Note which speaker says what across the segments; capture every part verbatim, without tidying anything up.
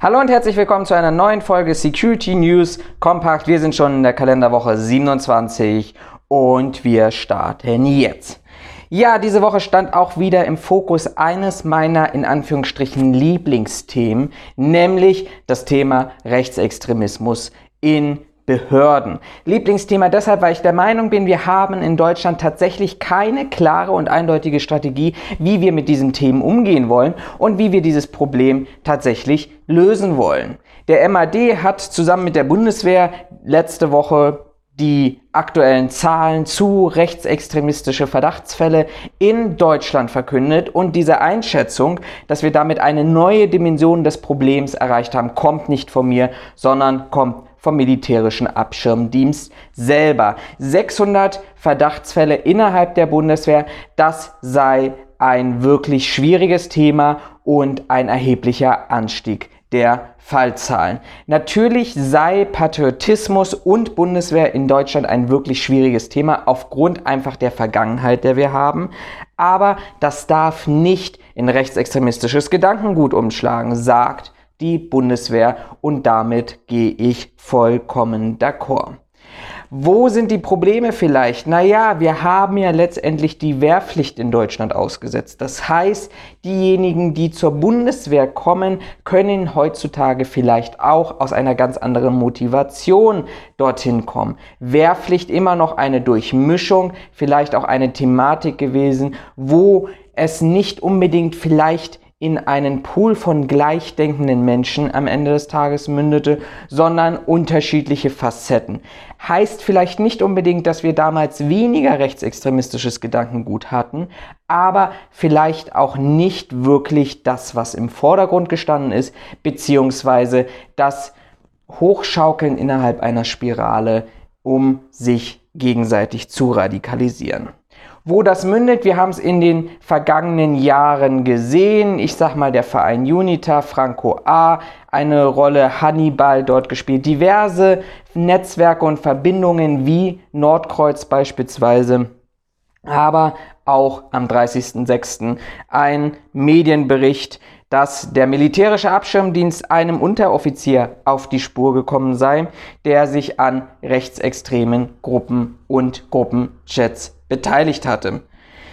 Speaker 1: Hallo und herzlich willkommen zu einer neuen Folge Security News Kompakt. Wir sind schon in der Kalenderwoche siebenundzwanzig und wir starten jetzt. Ja, diese Woche stand auch wieder im Fokus eines meiner in Anführungsstrichen Lieblingsthemen, nämlich das Thema Rechtsextremismus in Behörden. Lieblingsthema deshalb, weil ich der Meinung bin, wir haben in Deutschland tatsächlich keine klare und eindeutige Strategie, wie wir mit diesen Themen umgehen wollen und wie wir dieses Problem tatsächlich lösen wollen. Der M A D hat zusammen mit der Bundeswehr letzte Woche die aktuellen Zahlen zu rechtsextremistische Verdachtsfälle in Deutschland verkündet und diese Einschätzung, dass wir damit eine neue Dimension des Problems erreicht haben, kommt nicht von mir, sondern kommt vom militärischen Abschirmdienst selber. sechshundert Verdachtsfälle innerhalb der Bundeswehr, das sei ein wirklich schwieriges Thema und ein erheblicher Anstieg der Fallzahlen. Natürlich sei Patriotismus und Bundeswehr in Deutschland ein wirklich schwieriges Thema aufgrund einfach der Vergangenheit, der wir haben, aber das darf nicht in rechtsextremistisches Gedankengut umschlagen, sagt die Bundeswehr, und damit gehe ich vollkommen d'accord. Wo sind die Probleme vielleicht? Naja, wir haben ja letztendlich die Wehrpflicht in Deutschland ausgesetzt. Das heißt, diejenigen, die zur Bundeswehr kommen, können heutzutage vielleicht auch aus einer ganz anderen Motivation dorthin kommen. Wehrpflicht immer noch eine Durchmischung, vielleicht auch eine Thematik gewesen, wo es nicht unbedingt vielleicht in einen Pool von gleichdenkenden Menschen am Ende des Tages mündete, sondern unterschiedliche Facetten. Heißt vielleicht nicht unbedingt, dass wir damals weniger rechtsextremistisches Gedankengut hatten, aber vielleicht auch nicht wirklich das, was im Vordergrund gestanden ist, beziehungsweise das Hochschaukeln innerhalb einer Spirale, um sich gegenseitig zu radikalisieren. Wo das mündet, wir haben es in den vergangenen Jahren gesehen. Ich sag mal, der Verein UNITA, Franco A., eine Rolle, Hannibal dort gespielt, diverse Netzwerke und Verbindungen wie Nordkreuz beispielsweise, aber auch am dreißigsten sechsten ein Medienbericht, dass der militärische Abschirmdienst einem Unteroffizier auf die Spur gekommen sei, der sich an rechtsextremen Gruppen und Gruppenchats beteiligt hatte.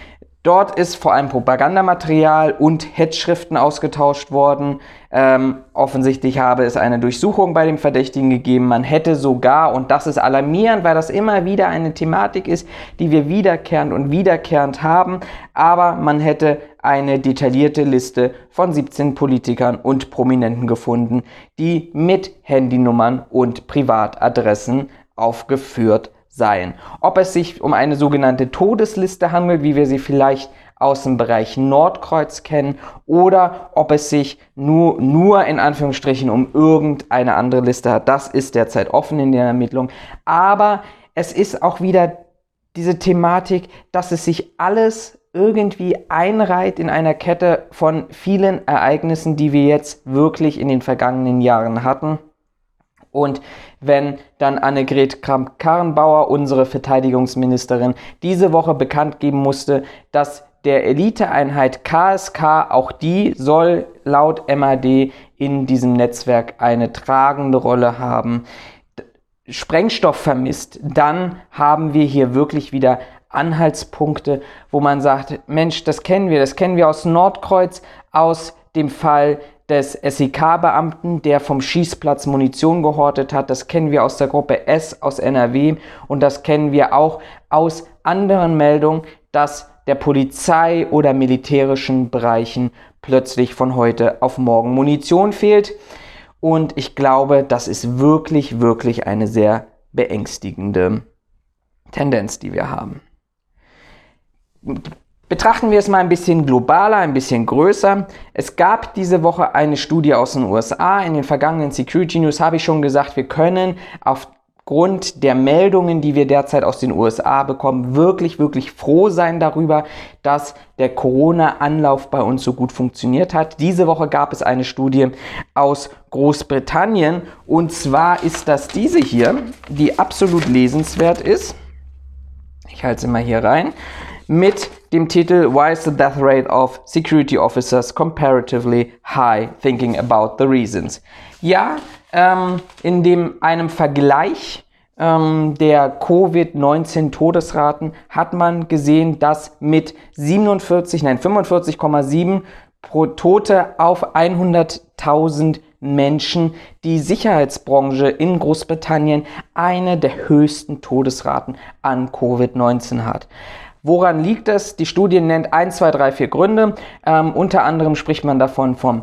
Speaker 1: Dort ist vor allem Propagandamaterial und Hetzschriften ausgetauscht worden. Ähm, offensichtlich habe es eine Durchsuchung bei dem Verdächtigen gegeben. Man hätte sogar, und das ist alarmierend, weil das immer wieder eine Thematik ist, die wir wiederkehrend und wiederkehrend haben, aber man hätte eine detaillierte Liste von siebzehn Politikern und Prominenten gefunden, die mit Handynummern und Privatadressen aufgeführt seien. Ob es sich um eine sogenannte Todesliste handelt, wie wir sie vielleicht aus dem Bereich Nordkreuz kennen, oder ob es sich nur, nur in Anführungsstrichen um irgendeine andere Liste hat, das ist derzeit offen in der Ermittlung. Aber es ist auch wieder diese Thematik, dass es sich alles irgendwie einreiht in einer Kette von vielen Ereignissen, die wir jetzt wirklich in den vergangenen Jahren hatten. Und wenn dann Annegret Kramp-Karrenbauer, unsere Verteidigungsministerin, diese Woche bekannt geben musste, dass der Eliteeinheit K S K, auch die soll laut M A D in diesem Netzwerk eine tragende Rolle haben, Sprengstoff vermisst, dann haben wir hier wirklich wieder Anhaltspunkte, wo man sagt, Mensch, das kennen wir, das kennen wir aus Nordkreuz, aus dem Fall des S E K-Beamten, der vom Schießplatz Munition gehortet hat. Das kennen wir aus der Gruppe S aus N R W und das kennen wir auch aus anderen Meldungen, dass der Polizei oder militärischen Bereichen plötzlich von heute auf morgen Munition fehlt. Und ich glaube, das ist wirklich, wirklich eine sehr beängstigende Tendenz, die wir haben. Betrachten wir es mal ein bisschen globaler, ein bisschen größer. Es gab diese Woche eine Studie aus den U S A. In den vergangenen Security News habe ich schon gesagt, wir können aufgrund der Meldungen, die wir derzeit aus den U S A bekommen, wirklich, wirklich froh sein darüber, dass der Corona-Anlauf bei uns so gut funktioniert hat. Diese Woche gab es eine Studie aus Großbritannien und zwar ist das diese hier, die absolut lesenswert ist. Ich halte sie mal hier rein. mit dem Titel Why is the death rate of security officers comparatively high? Thinking about the reasons. Ja, ähm, in dem einem Vergleich ähm, der Covid neunzehn Todesraten hat man gesehen, dass mit siebenundvierzig, nein fünfundvierzig Komma sieben pro Tote auf hunderttausend Menschen die Sicherheitsbranche in Großbritannien eine der höchsten Todesraten an Covid neunzehn hat. Woran liegt es? Die Studie nennt eins, zwei, drei, vier Gründe. Ähm, unter anderem spricht man davon vom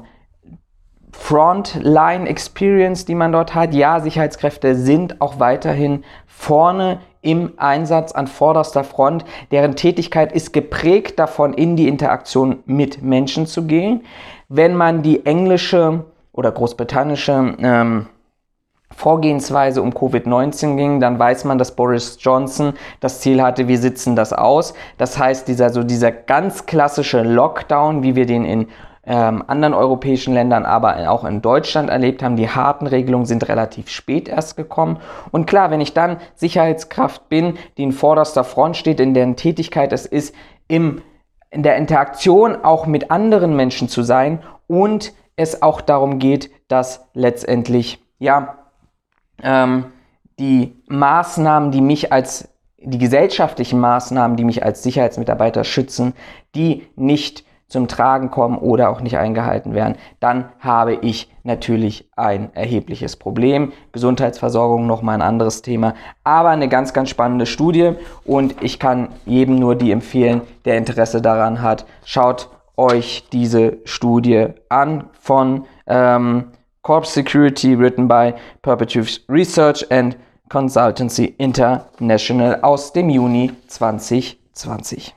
Speaker 1: Frontline Experience, die man dort hat. Ja, Sicherheitskräfte sind auch weiterhin vorne im Einsatz an vorderster Front. Deren Tätigkeit ist geprägt davon, in die Interaktion mit Menschen zu gehen. Wenn man die englische oder großbritannische ähm, Vorgehensweise um Covid neunzehn ging, dann weiß man, dass Boris Johnson das Ziel hatte, wir sitzen das aus. Das heißt, dieser, so dieser ganz klassische Lockdown, wie wir den in ähm, anderen europäischen Ländern, aber auch in Deutschland erlebt haben, die harten Regelungen sind relativ spät erst gekommen. Und klar, wenn ich dann Sicherheitskraft bin, die in vorderster Front steht, in deren Tätigkeit es ist, im, in der Interaktion auch mit anderen Menschen zu sein und es auch darum geht, dass letztendlich, ja, ähm, die Maßnahmen, die mich als, die gesellschaftlichen Maßnahmen, die mich als Sicherheitsmitarbeiter schützen, die nicht zum Tragen kommen oder auch nicht eingehalten werden, dann habe ich natürlich ein erhebliches Problem. Gesundheitsversorgung nochmal ein anderes Thema, aber eine ganz, ganz spannende Studie und ich kann jedem nur die empfehlen, der Interesse daran hat, schaut euch diese Studie an von ähm, Corp Security, written by Perpetuity Research and Consultancy International aus dem Juni zwanzig zwanzig.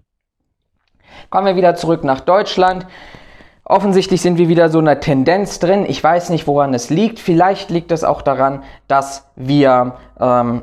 Speaker 1: Kommen wir wieder zurück nach Deutschland. Offensichtlich sind wir wieder so einer Tendenz drin. Ich weiß nicht, woran es liegt. Vielleicht liegt es auch daran, dass wir ähm,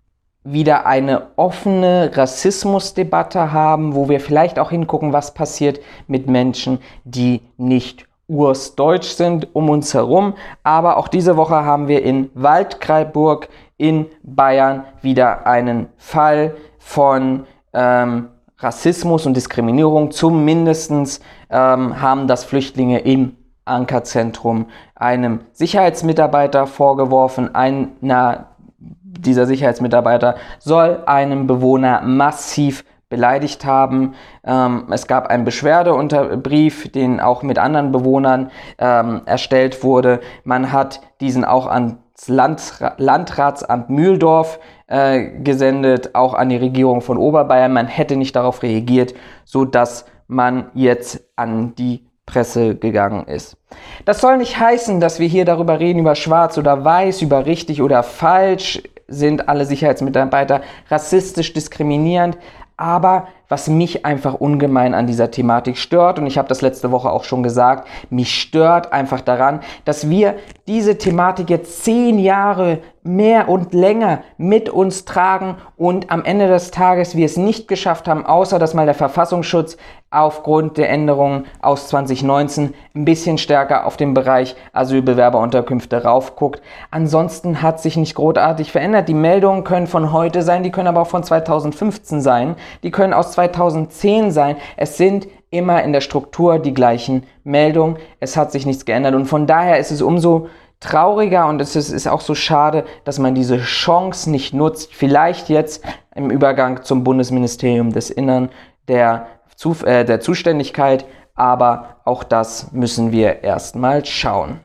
Speaker 1: wieder eine offene Rassismusdebatte haben, wo wir vielleicht auch hingucken, was passiert mit Menschen, die nicht ursdeutsch sind um uns herum. Aber auch diese Woche haben wir in Waldkraiburg in Bayern wieder einen Fall von ähm, Rassismus und Diskriminierung. Zumindest ähm, haben das Flüchtlinge im Ankerzentrum einem Sicherheitsmitarbeiter vorgeworfen. Einer dieser Sicherheitsmitarbeiter soll einen Bewohner massiv beleidigt haben. Ähm, es gab einen Beschwerdebrief, den auch mit anderen Bewohnern ähm, erstellt wurde. Man hat diesen auch ans Landra- Landratsamt Mühldorf äh, gesendet, auch an die Regierung von Oberbayern. Man hätte nicht darauf reagiert, sodass man jetzt an die Presse gegangen ist. Das soll nicht heißen, dass wir hier darüber reden, über schwarz oder weiß, über richtig oder falsch, sind alle Sicherheitsmitarbeiter rassistisch, diskriminierend. Aber was mich einfach ungemein an dieser Thematik stört, und ich habe das letzte Woche auch schon gesagt, mich stört einfach daran, dass wir diese Thematik jetzt zehn Jahre mehr und länger mit uns tragen und am Ende des Tages wir es nicht geschafft haben, außer dass mal der Verfassungsschutz aufgrund der Änderungen aus zwanzig neunzehn ein bisschen stärker auf den Bereich Asylbewerberunterkünfte raufguckt. Ansonsten hat sich nicht großartig verändert. Die Meldungen können von heute sein, die können aber auch von zweitausendfünfzehn sein, die können aus zweitausendzehn sein. Es sind immer in der Struktur die gleichen Meldungen. Es hat sich nichts geändert und von daher ist es umso trauriger und es ist, ist auch so schade, dass man diese Chance nicht nutzt, vielleicht jetzt im Übergang zum Bundesministerium des Innern der, Zu, äh, der Zuständigkeit, aber auch das müssen wir erstmal schauen.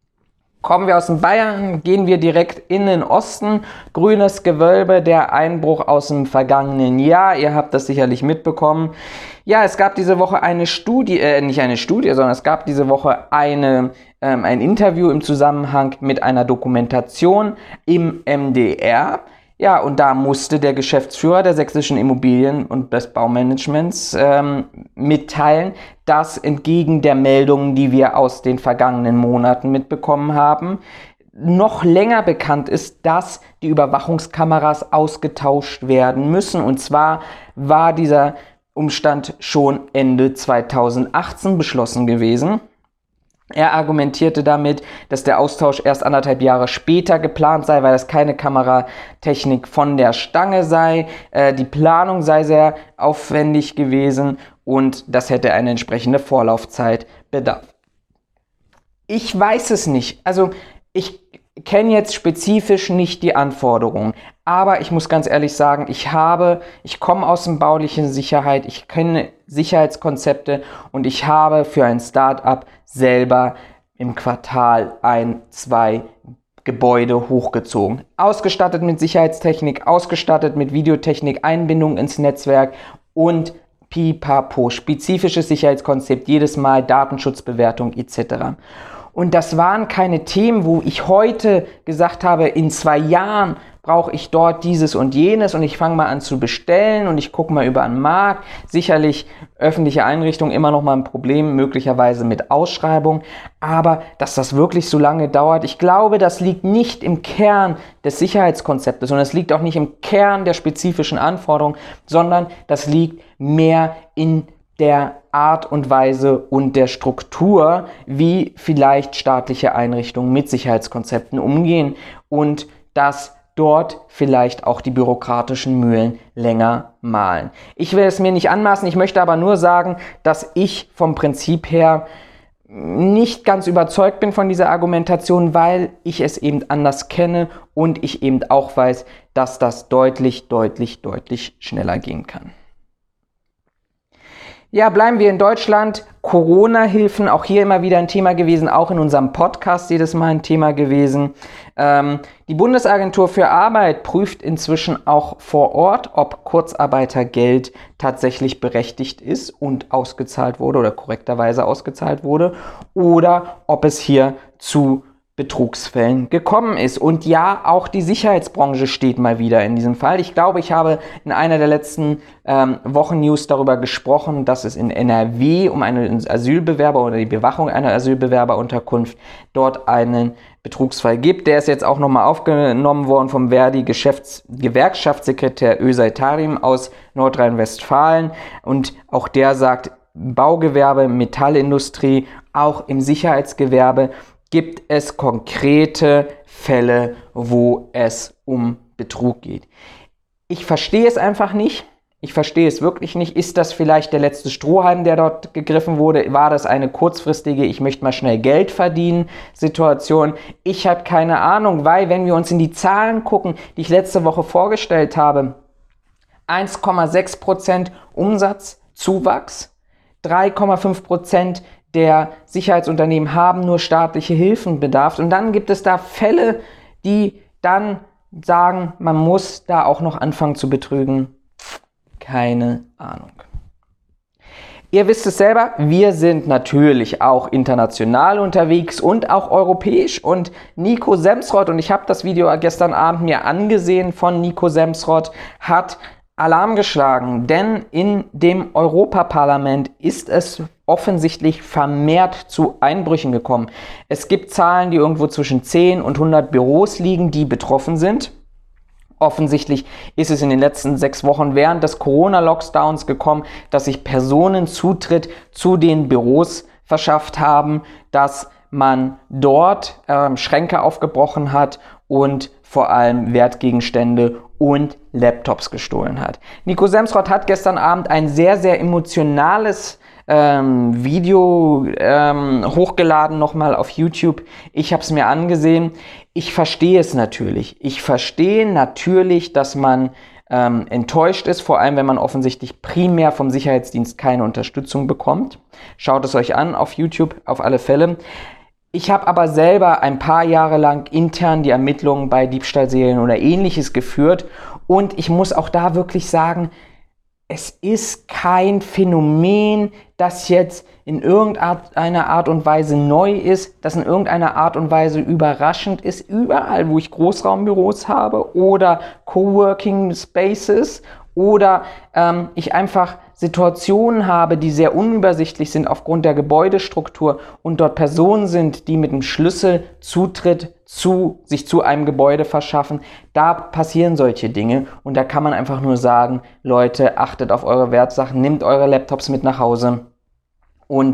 Speaker 1: Kommen wir aus dem Bayern, gehen wir direkt in den Osten. Grünes Gewölbe, der Einbruch aus dem vergangenen Jahr. Ihr habt das sicherlich mitbekommen. Ja, es gab diese Woche eine Studie, äh, nicht eine Studie, sondern es gab diese Woche eine, ähm, ein Interview im Zusammenhang mit einer Dokumentation im M D R. Ja, und da musste der Geschäftsführer der Sächsischen Immobilien- und des Baumanagements ähm, mitteilen, dass entgegen der Meldungen, die wir aus den vergangenen Monaten mitbekommen haben, noch länger bekannt ist, dass die Überwachungskameras ausgetauscht werden müssen. Und zwar war dieser Umstand schon Ende zweitausendachtzehn beschlossen gewesen. Er argumentierte damit, dass der Austausch erst anderthalb Jahre später geplant sei, weil das keine Kameratechnik von der Stange sei. Äh, die Planung sei sehr aufwendig gewesen und das hätte eine entsprechende Vorlaufzeit bedarf. Ich weiß es nicht. Also ich kenne jetzt spezifisch nicht die Anforderungen, aber ich muss ganz ehrlich sagen, ich habe, ich komme aus dem baulichen Sicherheit, ich kenne Sicherheitskonzepte und ich habe für ein Start-up selber im Quartal ein, zwei Gebäude hochgezogen. Ausgestattet mit Sicherheitstechnik, ausgestattet mit Videotechnik, Einbindung ins Netzwerk und pipapo, spezifisches Sicherheitskonzept, jedes Mal Datenschutzbewertung et cetera. Und das waren keine Themen, wo ich heute gesagt habe, in zwei Jahren brauche ich dort dieses und jenes und ich fange mal an zu bestellen und ich gucke mal über den Markt. Sicherlich öffentliche Einrichtungen immer noch mal ein Problem, möglicherweise mit Ausschreibung, aber dass das wirklich so lange dauert, ich glaube, das liegt nicht im Kern des Sicherheitskonzeptes und es liegt auch nicht im Kern der spezifischen Anforderungen, sondern das liegt mehr in der Art und Weise und der Struktur, wie vielleicht staatliche Einrichtungen mit Sicherheitskonzepten umgehen und dass dort vielleicht auch die bürokratischen Mühlen länger mahlen. Ich will es mir nicht anmaßen, ich möchte aber nur sagen, dass ich vom Prinzip her nicht ganz überzeugt bin von dieser Argumentation, weil ich es eben anders kenne und ich eben auch weiß, dass das deutlich, deutlich, deutlich schneller gehen kann. Ja, bleiben wir in Deutschland. Corona-Hilfen, auch hier immer wieder ein Thema gewesen, auch in unserem Podcast jedes Mal ein Thema gewesen. Ähm, die Bundesagentur für Arbeit prüft inzwischen auch vor Ort, ob Kurzarbeitergeld tatsächlich berechtigt ist und ausgezahlt wurde oder korrekterweise ausgezahlt wurde oder ob es hier zu Betrugsfällen gekommen ist. Und ja, auch die Sicherheitsbranche steht mal wieder in diesem Fall. Ich glaube, ich habe in einer der letzten ähm, Wochen-News darüber gesprochen, dass es in N R W um einen Asylbewerber oder die Bewachung einer Asylbewerberunterkunft dort einen Betrugsfall gibt. Der ist jetzt auch nochmal aufgenommen worden vom Verdi Geschäfts- Gewerkschaftssekretär Özay Tarim aus Nordrhein-Westfalen. Und auch der sagt, Baugewerbe, Metallindustrie, auch im Sicherheitsgewerbe gibt es konkrete Fälle, wo es um Betrug geht. Ich verstehe es einfach nicht. Ich verstehe es wirklich nicht. Ist das vielleicht der letzte Strohhalm, der dort gegriffen wurde? War das eine kurzfristige, ich möchte mal schnell Geld verdienen Situation? Ich habe keine Ahnung, weil wenn wir uns in die Zahlen gucken, die ich letzte Woche vorgestellt habe, eins Komma sechs Prozent Umsatzzuwachs, drei Komma fünf Prozent der Sicherheitsunternehmen haben nur staatliche Hilfen bedarf. Und dann gibt es da Fälle, die dann sagen, man muss da auch noch anfangen zu betrügen. Keine Ahnung. Ihr wisst es selber, wir sind natürlich auch international unterwegs und auch europäisch. Und Nico Semsrott, und ich habe das Video gestern Abend mir angesehen von Nico Semsrott, hat Alarm geschlagen, denn in dem Europaparlament ist es offensichtlich vermehrt zu Einbrüchen gekommen. Es gibt Zahlen, die irgendwo zwischen zehn und hundert Büros liegen, die betroffen sind. Offensichtlich ist es in den letzten sechs Wochen während des Corona-Lockdowns gekommen, dass sich Personen Zutritt zu den Büros verschafft haben, dass man dort ähm, Schränke aufgebrochen hat und vor allem Wertgegenstände und Laptops gestohlen hat. Nico Semsrott hat gestern Abend ein sehr, sehr emotionales ähm, Video ähm, hochgeladen, nochmal auf YouTube. Ich habe es mir angesehen. Ich verstehe es natürlich. Ich verstehe natürlich, dass man ähm, enttäuscht ist, vor allem wenn man offensichtlich primär vom Sicherheitsdienst keine Unterstützung bekommt. Schaut es euch an auf YouTube, auf alle Fälle. Ich habe aber selber ein paar Jahre lang intern die Ermittlungen bei Diebstahlserien oder Ähnliches geführt und ich muss auch da wirklich sagen, es ist kein Phänomen, das jetzt in irgendeiner Art und Weise neu ist, das in irgendeiner Art und Weise überraschend ist. Überall, wo ich Großraumbüros habe oder Coworking Spaces oder ähm, ich einfach Situationen habe, die sehr unübersichtlich sind aufgrund der Gebäudestruktur und dort Personen sind, die mit dem Schlüssel Zutritt zu sich zu einem Gebäude verschaffen, da passieren solche Dinge und da kann man einfach nur sagen, Leute, achtet auf eure Wertsachen, nehmt eure Laptops mit nach Hause und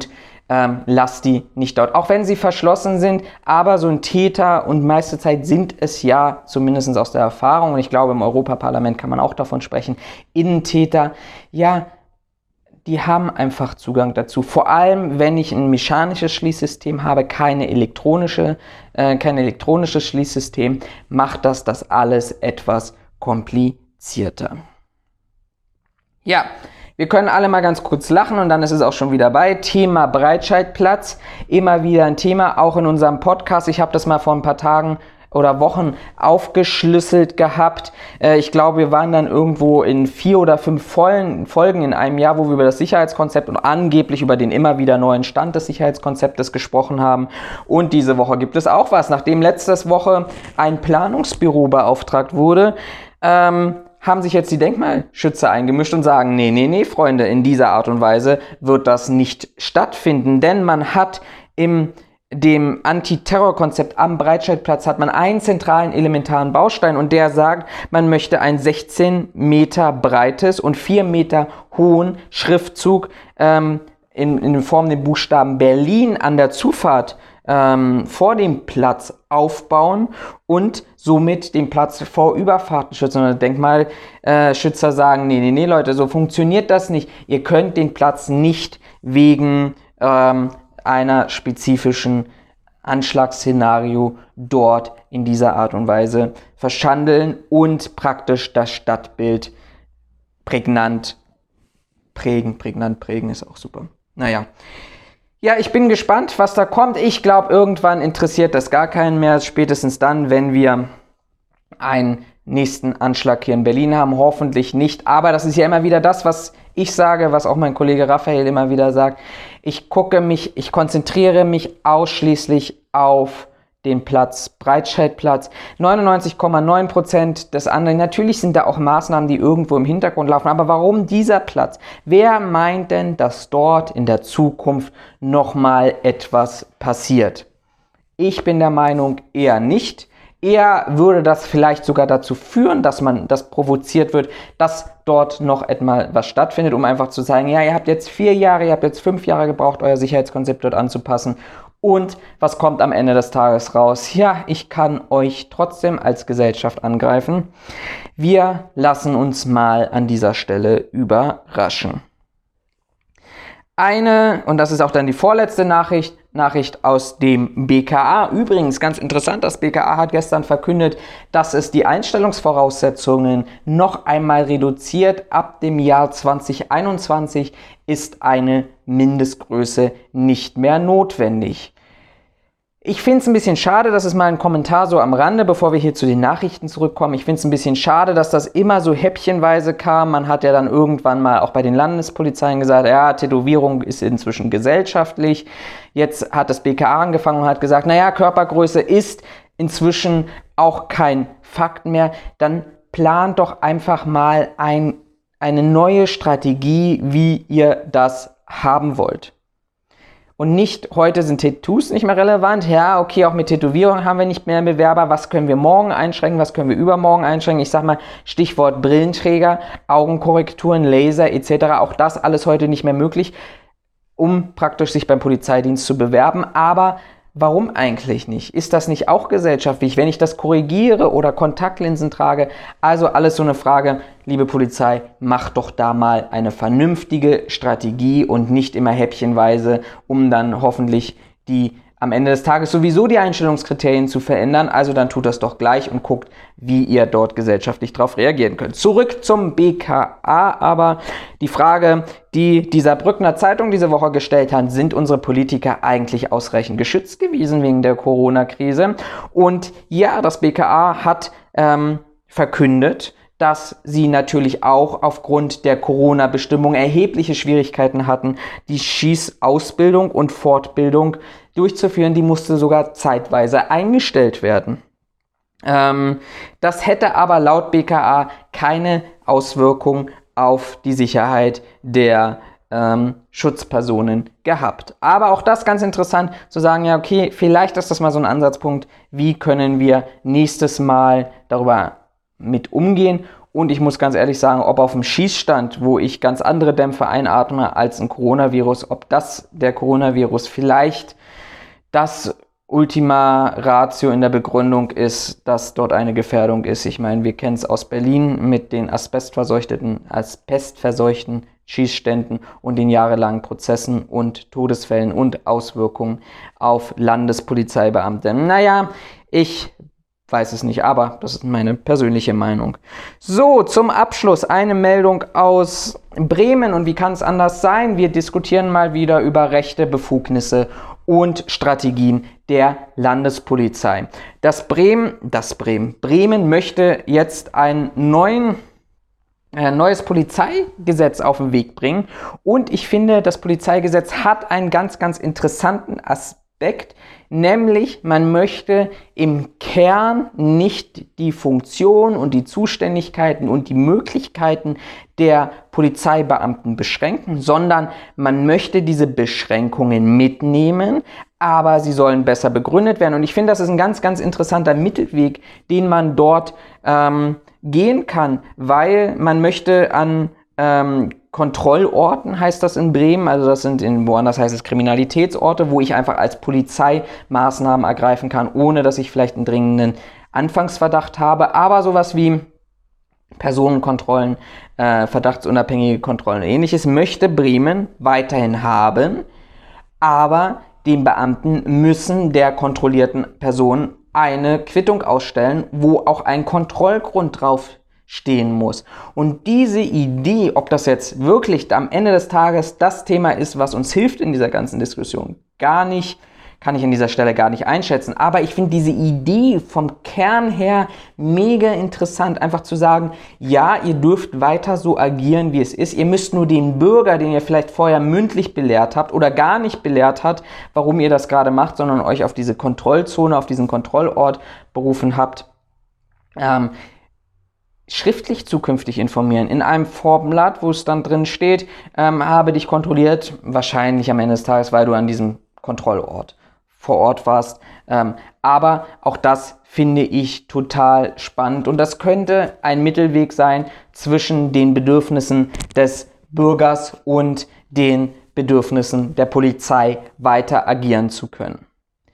Speaker 1: ähm, lasst die nicht dort. Auch wenn sie verschlossen sind, aber so ein Täter, und meiste Zeit sind es ja, zumindest aus der Erfahrung, und ich glaube im Europaparlament kann man auch davon sprechen, Innentäter, ja, die haben einfach Zugang dazu. Vor allem, wenn ich ein mechanisches Schließsystem habe, keine elektronische, äh, kein elektronisches Schließsystem, macht das das alles etwas komplizierter. Ja, wir können alle mal ganz kurz lachen und dann ist es auch schon wieder bei. Thema Breitscheidplatz, immer wieder ein Thema, auch in unserem Podcast. Ich habe das mal vor ein paar Tagen oder Wochen aufgeschlüsselt gehabt. Äh, ich glaube, wir waren dann irgendwo in vier oder fünf Folgen in einem Jahr, wo wir über das Sicherheitskonzept und angeblich über den immer wieder neuen Stand des Sicherheitskonzeptes gesprochen haben. Und diese Woche gibt es auch was. Nachdem letzte Woche ein Planungsbüro beauftragt wurde, ähm, haben sich jetzt die Denkmalschützer eingemischt und sagen, nee, nee, nee, Freunde, in dieser Art und Weise wird das nicht stattfinden, denn man hat im dem Antiterrorkonzept am Breitscheidplatz hat man einen zentralen elementaren Baustein und der sagt, man möchte ein sechzehn Meter breites und vier Meter hohen Schriftzug ähm, in, in Form der Buchstaben Berlin an der Zufahrt ähm, vor dem Platz aufbauen und somit den Platz vor Überfahrten schützen. Und Denkmalschützer äh, sagen, nee, nee, nee, Leute, so funktioniert das nicht. Ihr könnt den Platz nicht wegen ähm, einer spezifischen Anschlagsszenario dort in dieser Art und Weise verschandeln und praktisch das Stadtbild prägnant prägen. Prägnant prägen ist auch super. Naja. Ja, ich bin gespannt, was da kommt. Ich glaube, irgendwann interessiert das gar keinen mehr. Spätestens dann, wenn wir einen nächsten Anschlag hier in Berlin haben. Hoffentlich nicht. Aber das ist ja immer wieder das, was ich sage, was auch mein Kollege Raphael immer wieder sagt. Ich gucke mich, ich konzentriere mich ausschließlich auf den Platz, Breitscheidplatz. neunundneunzig Komma neun Prozent des anderen. Natürlich sind da auch Maßnahmen, die irgendwo im Hintergrund laufen. Aber warum dieser Platz? Wer meint denn, dass dort in der Zukunft nochmal etwas passiert? Ich bin der Meinung, eher nicht. Eher würde das vielleicht sogar dazu führen, dass man das provoziert wird, dass dort noch etwas was stattfindet, um einfach zu sagen, ja, ihr habt jetzt vier Jahre, ihr habt jetzt fünf Jahre gebraucht, euer Sicherheitskonzept dort anzupassen. Und was kommt am Ende des Tages raus? Ja, ich kann euch trotzdem als Gesellschaft angreifen. Wir lassen uns mal an dieser Stelle überraschen. Eine, und das ist auch dann die vorletzte Nachricht, Nachricht aus dem B K A. Übrigens, ganz interessant, das B K A hat gestern verkündet, dass es die Einstellungsvoraussetzungen noch einmal reduziert. Ab dem Jahr zwanzig einundzwanzig ist eine Mindestgröße nicht mehr notwendig. Ich finde es ein bisschen schade, das ist mal ein Kommentar so am Rande, bevor wir hier zu den Nachrichten zurückkommen. Ich finde es ein bisschen schade, dass das immer so häppchenweise kam. Man hat ja dann irgendwann mal auch bei den Landespolizeien gesagt, ja, Tätowierung ist inzwischen gesellschaftlich. Jetzt hat das B K A angefangen und hat gesagt, naja, Körpergröße ist inzwischen auch kein Fakt mehr. Dann plant doch einfach mal ein, eine neue Strategie, wie ihr das haben wollt. Und nicht, heute sind Tattoos nicht mehr relevant. Ja, okay, auch mit Tätowierung haben wir nicht mehr Bewerber. Was können wir morgen einschränken? Was können wir übermorgen einschränken? Ich sag mal, Stichwort Brillenträger, Augenkorrekturen, Laser et cetera. Auch das alles heute nicht mehr möglich, um praktisch sich beim Polizeidienst zu bewerben. Aber warum eigentlich nicht? Ist das nicht auch gesellschaftlich, wenn ich das korrigiere oder Kontaktlinsen trage? Also alles so eine Frage, liebe Polizei, macht doch da mal eine vernünftige Strategie und nicht immer häppchenweise, um dann hoffentlich die am Ende des Tages sowieso die Einstellungskriterien zu verändern. Also dann tut das doch gleich und guckt, wie ihr dort gesellschaftlich darauf reagieren könnt. Zurück zum B K A, aber die Frage, die die Saarbrückener Zeitung diese Woche gestellt hat, sind unsere Politiker eigentlich ausreichend geschützt gewesen wegen der Corona-Krise? Und ja, das B K A hat ähm, verkündet, dass sie natürlich auch aufgrund der Corona-Bestimmung erhebliche Schwierigkeiten hatten, die Schießausbildung und Fortbildung durchzuführen. Die musste sogar zeitweise eingestellt werden. Ähm, das hätte aber laut B K A keine Auswirkung auf die Sicherheit der ähm, Schutzpersonen gehabt. Aber auch das ganz interessant zu sagen, ja okay, vielleicht ist das mal so ein Ansatzpunkt, wie können wir nächstes Mal darüber mit umgehen. Und ich muss ganz ehrlich sagen, ob auf dem Schießstand, wo ich ganz andere Dämpfe einatme als ein Coronavirus, ob das der Coronavirus vielleicht das Ultima Ratio in der Begründung ist, dass dort eine Gefährdung ist. Ich meine, wir kennen es aus Berlin mit den asbestverseuchten, asbestverseuchten Schießständen und den jahrelangen Prozessen und Todesfällen und Auswirkungen auf Landespolizeibeamte. Naja, ich weiß es nicht, aber das ist meine persönliche Meinung. So, zum Abschluss eine Meldung aus Bremen, und wie kann es anders sein? Wir diskutieren mal wieder über Rechte, Befugnisse und Strategien der Landespolizei. Das Bremen, das Bremen, Bremen möchte jetzt einen neuen Ein neues Polizeigesetz auf den Weg bringen, und ich finde, das Polizeigesetz hat einen ganz, ganz interessanten Aspekt, nämlich man möchte im Kern nicht die Funktion und die Zuständigkeiten und die Möglichkeiten der Polizeibeamten beschränken, sondern man möchte diese Beschränkungen mitnehmen, aber sie sollen besser begründet werden, und ich finde, das ist ein ganz, ganz interessanter Mittelweg, den man dort ähm, gehen kann, weil man möchte an ähm, Kontrollorten, heißt das in Bremen, also das sind in, woanders heißt es Kriminalitätsorte, wo ich einfach als Polizei Maßnahmen ergreifen kann, ohne dass ich vielleicht einen dringenden Anfangsverdacht habe, aber sowas wie Personenkontrollen, äh, verdachtsunabhängige Kontrollen und ähnliches möchte Bremen weiterhin haben, aber die Beamten müssen der kontrollierten Person eine Quittung ausstellen, wo auch ein Kontrollgrund drauf stehen muss. Und diese Idee, ob das jetzt wirklich am Ende des Tages das Thema ist, was uns hilft in dieser ganzen Diskussion, gar nicht, kann ich an dieser Stelle gar nicht einschätzen. Aber ich finde diese Idee vom Kern her mega interessant, einfach zu sagen, ja, ihr dürft weiter so agieren, wie es ist. Ihr müsst nur den Bürger, den ihr vielleicht vorher mündlich belehrt habt oder gar nicht belehrt habt, warum ihr das gerade macht, sondern euch auf diese Kontrollzone, auf diesen Kontrollort berufen habt, ähm, schriftlich zukünftig informieren. In einem Formblatt, wo es dann drin steht, ähm, habe dich kontrolliert, wahrscheinlich am Ende des Tages, weil du an diesem Kontrollort vor Ort warst. Ähm, aber auch das finde ich total spannend, und das könnte ein Mittelweg sein zwischen den Bedürfnissen des Bürgers und den Bedürfnissen der Polizei, weiter agieren zu können.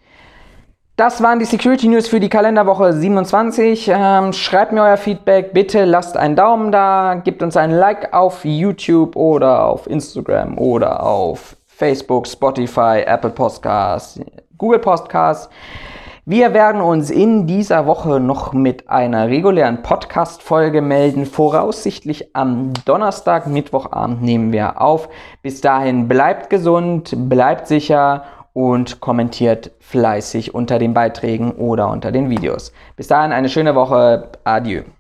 Speaker 1: Das waren die Security News für die Kalenderwoche siebenundzwanzig. Ähm, schreibt mir euer Feedback, bitte lasst einen Daumen da, gebt uns ein Like auf YouTube oder auf Instagram oder auf Facebook, Spotify, Apple Podcasts, Google Podcasts. Wir werden uns in dieser Woche noch mit einer regulären Podcast-Folge melden. Voraussichtlich am Donnerstag, Mittwochabend nehmen wir auf. Bis dahin bleibt gesund, bleibt sicher und kommentiert fleißig unter den Beiträgen oder unter den Videos. Bis dahin eine schöne Woche. Adieu.